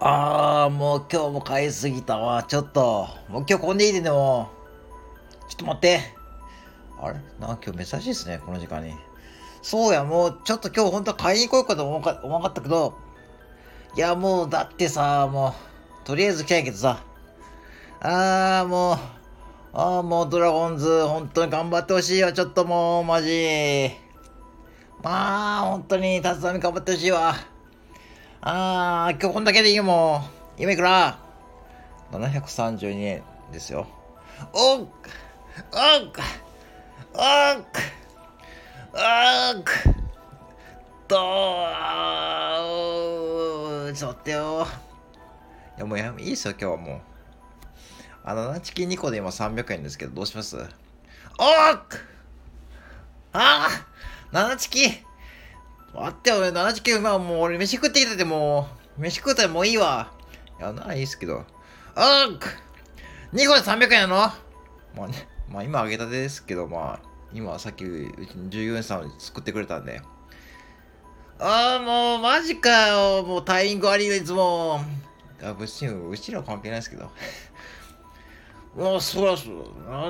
もう今日も買いすぎたわ。ちょっと、もう今日こんでいいでね、もう。ちょっと待って。あれなんか今日珍しいですね、この時間に。そうや、もうちょっと今日本当は買いに来ようかと思わなかったけど、いやもうだってさ、もう、とりあえず来たいけどさ、もう、もうドラゴンズ、本当に頑張ってほしいわ、ちょっともう、マジ。まあ、本当に、立浪頑張ってほしいわ。今日こんだけでいいよ、もう。今いくら732円ですよ。おっおっおっおっちょっと待ってよ。いやもういいっすよ、今日はもう。7チキン2個で今300円ですけど、どうします？7チキ待ってよ、7チキ今はもう俺飯食ってきてても飯食ったらもういいわ。いや、ならいいっすけど。2個で300円やのまあね、まあ今揚げたてですけど、まあ、今さっきうちの従業員さん作ってくれたんで。もうマジかよ。もうタイミング悪いよ、いつも。うちらは関係ないですけど。もうそらそう。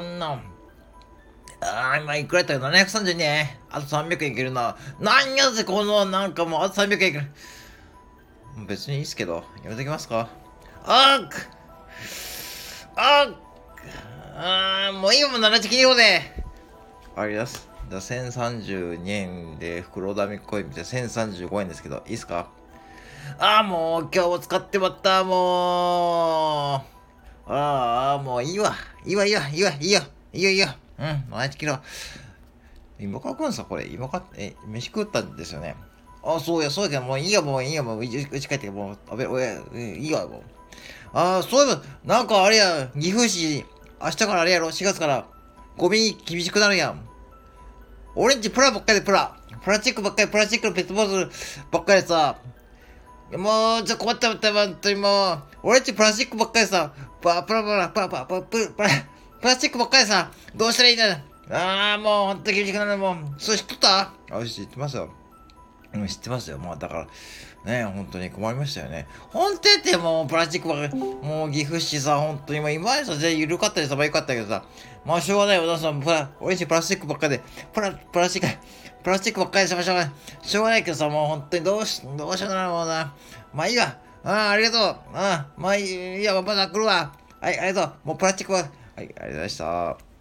今いくらやったら732円。あと300円いけるな。なんやぜ、この、なんかもうあと300円いける。別にいいっすけど、やめときますか。あーくあもういいよ、もう7チキン用で。あります。じゃあ1032円で袋ダミコイン見て1035円ですけど、いいっすか？もう今日も使ってまった、もう。もういいわ。いいわ、いいわ、いいわ、いいよ。いいよ、いいよ。7チキロ。今から来るんすかこれ。飯食ったんですよね。そうや、そうやけど、もういいよ、もういいよ、もううち帰ってもう食べ、いいわ、もう。そういえば、なんかあれや、岐阜市、明日からあれやろ、4月から、ゴミ厳しくなるやん。俺んちプラばっかりでプラ。プラスチックばっかり、プラスチックのペットボトルばっかりでさ、もう、困った、本当にもう、俺んちプラスチックばっかりさ、プラスチックばっかりさ、どうしたらいいんだ。もう、本当に厳しくなる、もう、それ知っとった？知ってますよ。知ってますよ。まあだからね、本当に困りましたよね。本当やってもうプラスチックばっかり、もう岐阜市さ、本当にもう今までさ、全然緩かったりさばよかったけどさ、まあしょうがないよ。俺んちプラスチックばっかりで、プラスチックばっかりでしょうがない。しょうがないけどさ、もう本当にどうしようもないもんな。まあいいわ。ありがとう。まあいいや、また来るわ。はい、ありがとう。もうプラスチックは、はい、ありがとうございました。